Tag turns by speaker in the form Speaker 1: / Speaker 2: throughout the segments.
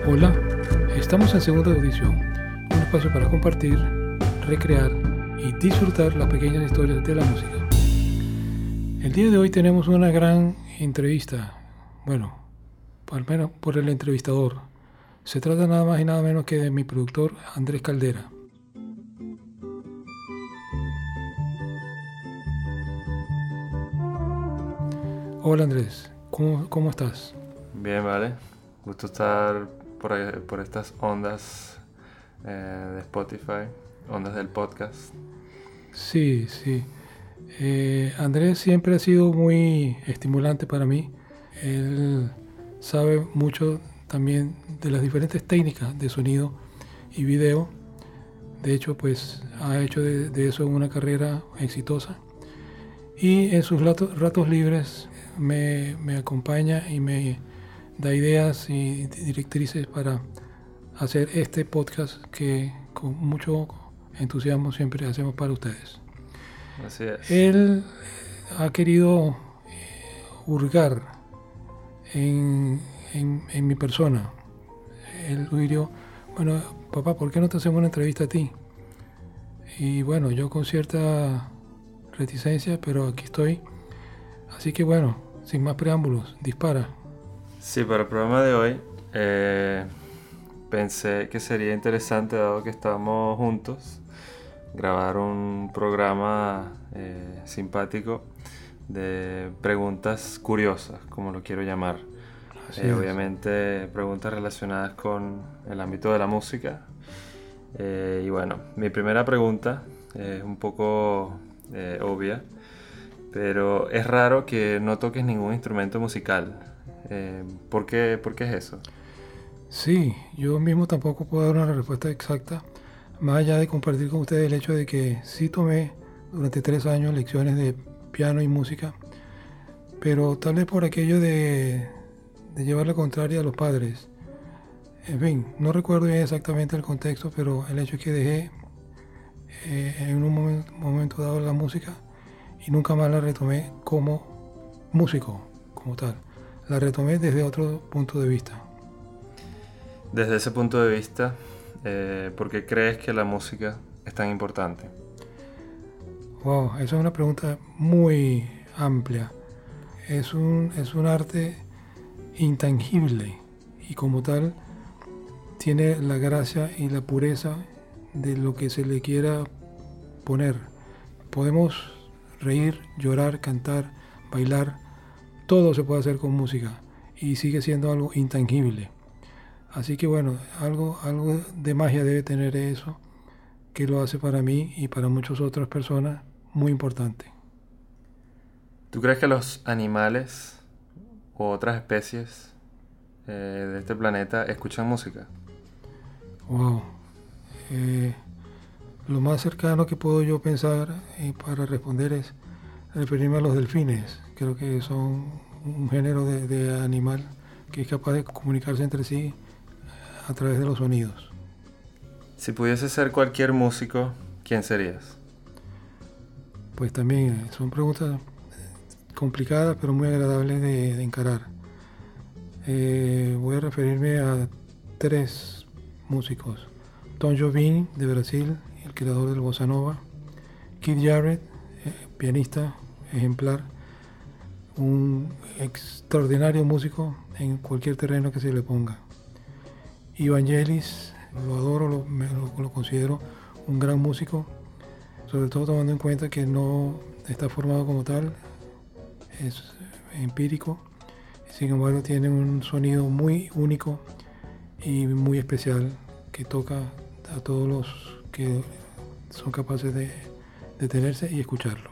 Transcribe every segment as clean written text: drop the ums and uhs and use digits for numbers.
Speaker 1: Hola, estamos en segunda audición, un espacio para compartir, recrear y disfrutar las pequeñas historias de la música. El día de hoy tenemos una gran entrevista, bueno, al menos por el entrevistador. Se trata nada más y nada menos que de mi productor Andrés Caldera. Hola Andrés, ¿cómo estás?
Speaker 2: Bien, vale. Gusto estar por estas ondas de Spotify, ondas del podcast.
Speaker 1: Sí. Andrés siempre ha sido muy estimulante para mí. Él sabe mucho también de las diferentes técnicas de sonido y video. De hecho, pues ha hecho de eso una carrera exitosa. Y en sus ratos libres me acompaña y me da ideas y directrices para hacer este podcast que con mucho entusiasmo siempre hacemos para ustedes.
Speaker 2: Así es.
Speaker 1: Él ha querido hurgar en mi persona. Él dijo, bueno, papá, ¿por qué no te hacemos una entrevista a ti? Y bueno, yo con cierta reticencia, pero aquí estoy. Así que bueno, sin más preámbulos, dispara.
Speaker 2: Sí, para el programa de hoy pensé que sería interesante, dado que estamos juntos, grabar un programa simpático de preguntas curiosas, como lo quiero llamar. Obviamente preguntas relacionadas con el ámbito de la música. Y bueno, mi primera pregunta es un poco obvia, pero es raro que no toques ningún instrumento musical. ¿Por qué es eso?
Speaker 1: Sí, yo mismo tampoco puedo dar una respuesta exacta, más allá de compartir con ustedes el hecho de que sí tomé durante 3 años lecciones de piano y música, pero tal vez por aquello de llevar la contraria a los padres. En fin, no recuerdo bien exactamente el contexto, pero el hecho es que dejé en un momento dado la música y nunca más la retomé como músico, como tal. La retomé desde otro punto de vista.
Speaker 2: Desde ese punto de vista, ¿por qué crees que la música es tan importante?
Speaker 1: Wow, esa es una pregunta muy amplia. Es un arte intangible y como tal tiene la gracia y la pureza de lo que se le quiera poner. Podemos reír, llorar, cantar, bailar, todo se puede hacer con música y sigue siendo algo intangible. Así que bueno, algo de magia debe tener eso que lo hace para mí y para muchas otras personas muy importante.
Speaker 2: ¿Tú crees que los animales u otras especies de este planeta escuchan música?
Speaker 1: Wow. Lo más cercano que puedo yo pensar para responder es referirme a los delfines. Creo que son un género de animal que es capaz de comunicarse entre sí a través de los sonidos.
Speaker 2: Si pudieses ser cualquier músico, ¿quién serías?
Speaker 1: Pues también son preguntas complicadas pero muy agradables de encarar. Voy a referirme a 3 músicos. Tom Jobim de Brasil, el creador del bossa nova. Keith Jarrett, pianista ejemplar, un extraordinario músico en cualquier terreno que se le ponga. Y Vangelis, lo adoro, lo considero un gran músico, sobre todo tomando en cuenta que no está formado como tal, es empírico, sin embargo tiene un sonido muy único y muy especial que toca a todos los que son capaces de detenerse y escucharlo.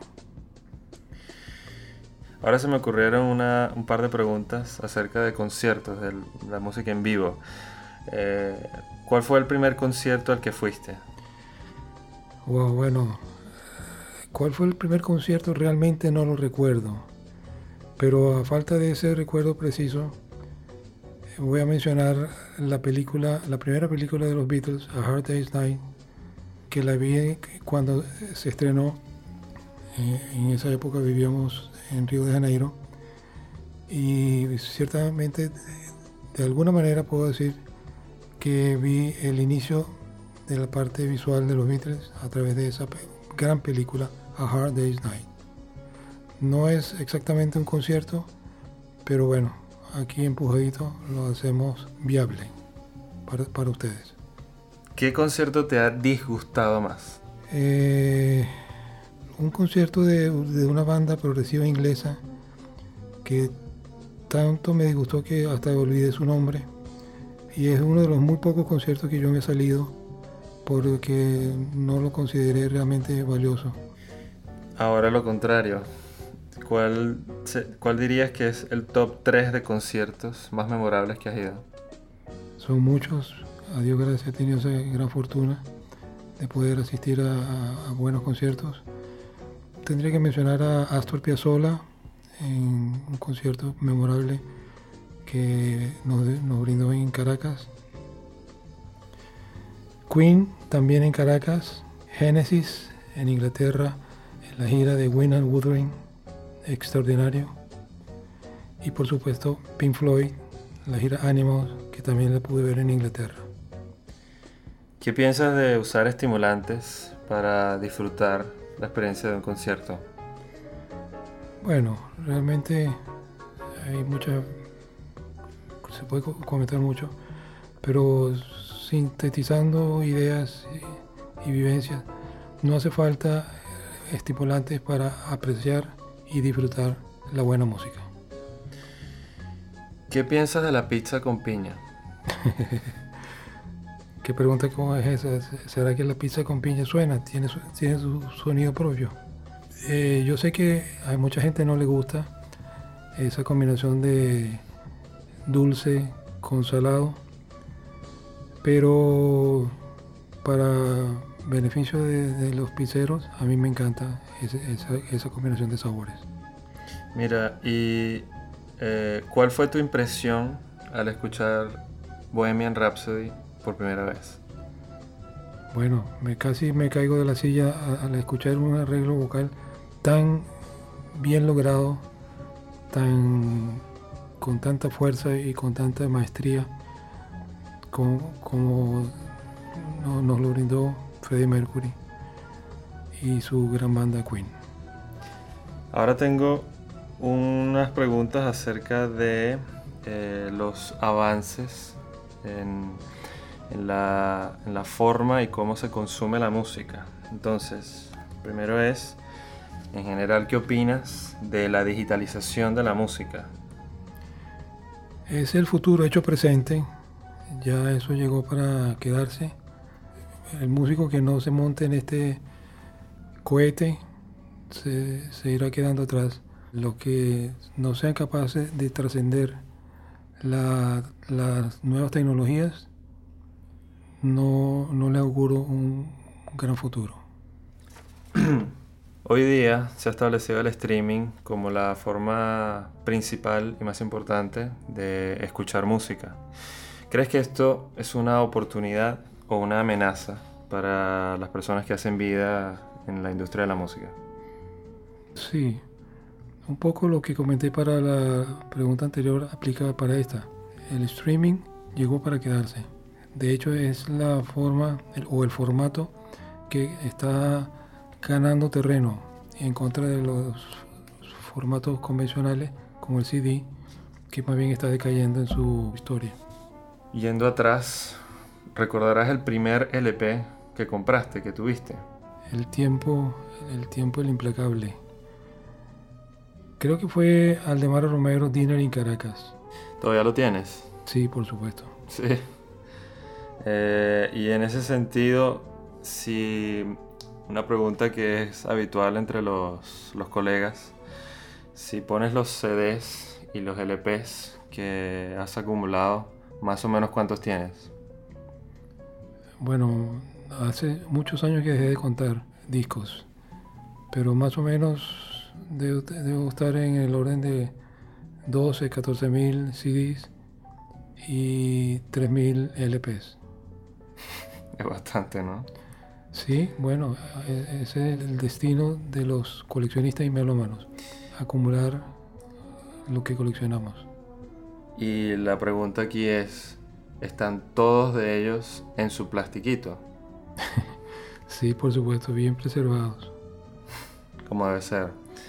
Speaker 2: Ahora se me ocurrieron un par de preguntas acerca de conciertos, de la música en vivo. ¿Cuál fue el primer concierto al que fuiste?
Speaker 1: Wow, bueno, ¿cuál fue el primer concierto? Realmente no lo recuerdo, pero a falta de ese recuerdo preciso, voy a mencionar la primera película de los Beatles, A Hard Day's Night, que la vi cuando se estrenó. En esa época vivíamos en Río de Janeiro y ciertamente de alguna manera puedo decir que vi el inicio de la parte visual de los Beatles a través de esa gran película A Hard Day's Night. No es exactamente un concierto, pero bueno, aquí empujadito lo hacemos viable para ustedes.
Speaker 2: ¿Qué concierto te ha disgustado más?
Speaker 1: Un concierto de una banda progresiva inglesa que tanto me disgustó que hasta olvidé su nombre, y es uno de los muy pocos conciertos que yo me he salido porque no lo consideré realmente valioso.
Speaker 2: Ahora lo contrario. ¿Cuál dirías que es el top 3 de conciertos más memorables que has ido?
Speaker 1: Son muchos, a Dios gracias he tenido esa gran fortuna de poder asistir a buenos conciertos. Tendría que mencionar a Astor Piazzolla en un concierto memorable que nos brindó en Caracas. Queen también en Caracas. Genesis en Inglaterra, en la gira de Wynn and Wuthering, extraordinario. Y por supuesto Pink Floyd, la gira Animals, que también la pude ver en Inglaterra.
Speaker 2: ¿Qué piensas de usar estimulantes para disfrutar la experiencia de un concierto?
Speaker 1: Bueno, realmente hay se puede comentar mucho, pero sintetizando ideas y vivencias, no hace falta estimulantes para apreciar y disfrutar la buena música.
Speaker 2: ¿Qué piensas de la pizza con piña?
Speaker 1: ¿Qué pregunta cómo es esa? ¿Será que la pizza con piña suena? ¿Tiene su sonido propio? Yo sé que a mucha gente no le gusta esa combinación de dulce con salado, pero para beneficio de los pizzeros, a mí me encanta esa combinación de sabores.
Speaker 2: Mira, ¿y cuál fue tu impresión al escuchar Bohemian Rhapsody por primera vez?
Speaker 1: Bueno, casi me caigo de la silla al escuchar un arreglo vocal tan bien logrado, con tanta fuerza y con tanta maestría como nos lo brindó Freddie Mercury y su gran banda Queen.
Speaker 2: Ahora tengo unas preguntas acerca de los avances en la forma y cómo se consume la música. Entonces, primero es, en general, ¿qué opinas de la digitalización de la música?
Speaker 1: Es el futuro hecho presente, ya eso llegó para quedarse. El músico que no se monte en este cohete se irá quedando atrás. Los que no sean capaces de trascender las nuevas tecnologías, no le auguro un gran futuro.
Speaker 2: Hoy día se ha establecido el streaming como la forma principal y más importante de escuchar música. ¿Crees que esto es una oportunidad o una amenaza para las personas que hacen vida en la industria de la música?
Speaker 1: Sí, un poco lo que comenté para la pregunta anterior aplica para esta. El streaming llegó para quedarse. De hecho, es la forma o el formato que está ganando terreno en contra de los formatos convencionales como el CD, que más bien está decayendo en su historia.
Speaker 2: Yendo atrás, ¿recordarás el primer LP que compraste, que tuviste?
Speaker 1: El tiempo, el implacable. Creo que fue Aldemaro Romero, Dinner in Caracas.
Speaker 2: ¿Todavía lo tienes?
Speaker 1: Sí, por supuesto.
Speaker 2: Sí. Y en ese sentido, si una pregunta que es habitual entre los colegas, si pones los CDs y los LPs que has acumulado, más o menos ¿cuántos tienes?
Speaker 1: Bueno, hace muchos años que dejé de contar discos, pero más o menos debo estar en el orden de 12, 14 mil CDs y 3.000 LPs.
Speaker 2: Es bastante, ¿no?
Speaker 1: Sí, bueno, ese es el destino de los coleccionistas y melómanos, acumular lo que coleccionamos.
Speaker 2: Y la pregunta aquí es, están todos de ellos en su plastiquito,
Speaker 1: Sí, por supuesto, bien preservados.
Speaker 2: como debe ser.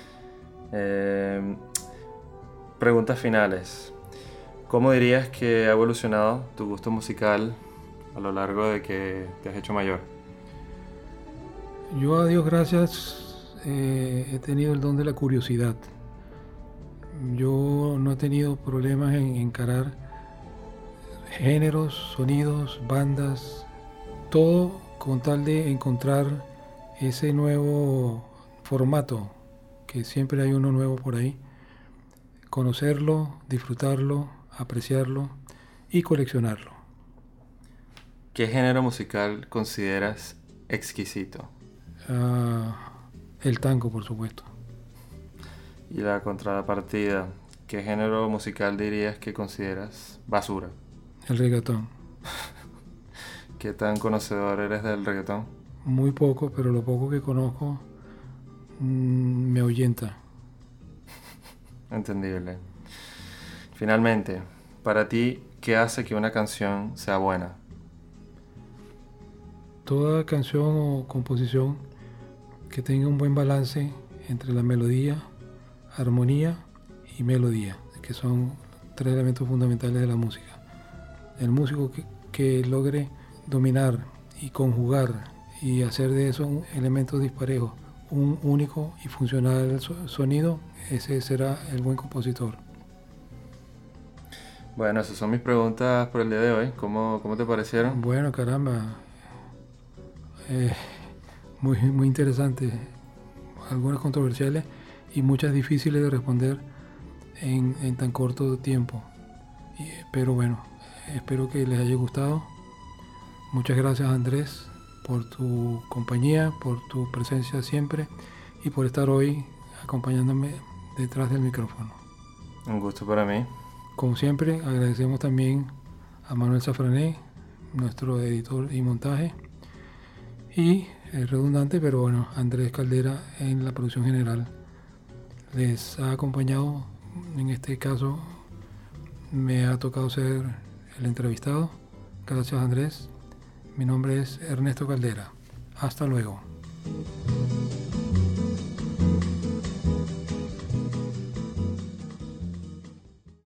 Speaker 2: Preguntas finales. ¿Cómo dirías que ha evolucionado tu gusto musical a lo largo de que te has hecho mayor?
Speaker 1: Yo, a Dios gracias, he tenido el don de la curiosidad. Yo no he tenido problemas en encarar géneros, sonidos, bandas, todo con tal de encontrar ese nuevo formato, que siempre hay uno nuevo por ahí, conocerlo, disfrutarlo, apreciarlo y coleccionarlo.
Speaker 2: ¿Qué género musical consideras exquisito?
Speaker 1: El tango, por supuesto.
Speaker 2: Y la contrapartida, ¿qué género musical dirías que consideras basura?
Speaker 1: El reggaetón.
Speaker 2: ¿Qué tan conocedor eres del reggaetón?
Speaker 1: Muy poco, pero lo poco que conozco me ahuyenta.
Speaker 2: Entendible. Finalmente, para ti, ¿qué hace que una canción sea buena?
Speaker 1: Toda canción o composición que tenga un buen balance entre la melodía, armonía y melodía, que son tres elementos fundamentales de la música. El músico que logre dominar y conjugar y hacer de esos elementos disparejos un único y funcional sonido, ese será el buen compositor.
Speaker 2: Bueno, esas son mis preguntas por el día de hoy. ¿Cómo te parecieron?
Speaker 1: Bueno, caramba, muy interesante, algunas controversiales y muchas difíciles de responder en tan corto tiempo. Pero bueno, espero que les haya gustado. Muchas gracias, Andrés, por tu compañía, por tu presencia siempre y por estar hoy acompañándome detrás del micrófono.
Speaker 2: Un gusto para mí.
Speaker 1: Como siempre, agradecemos también a Manuel Safrané, nuestro editor y montaje, y es redundante, pero bueno, Andrés Caldera en la producción general. Les ha acompañado, en este caso me ha tocado ser el entrevistado. Gracias, Andrés. Mi nombre es Ernesto Caldera. Hasta luego.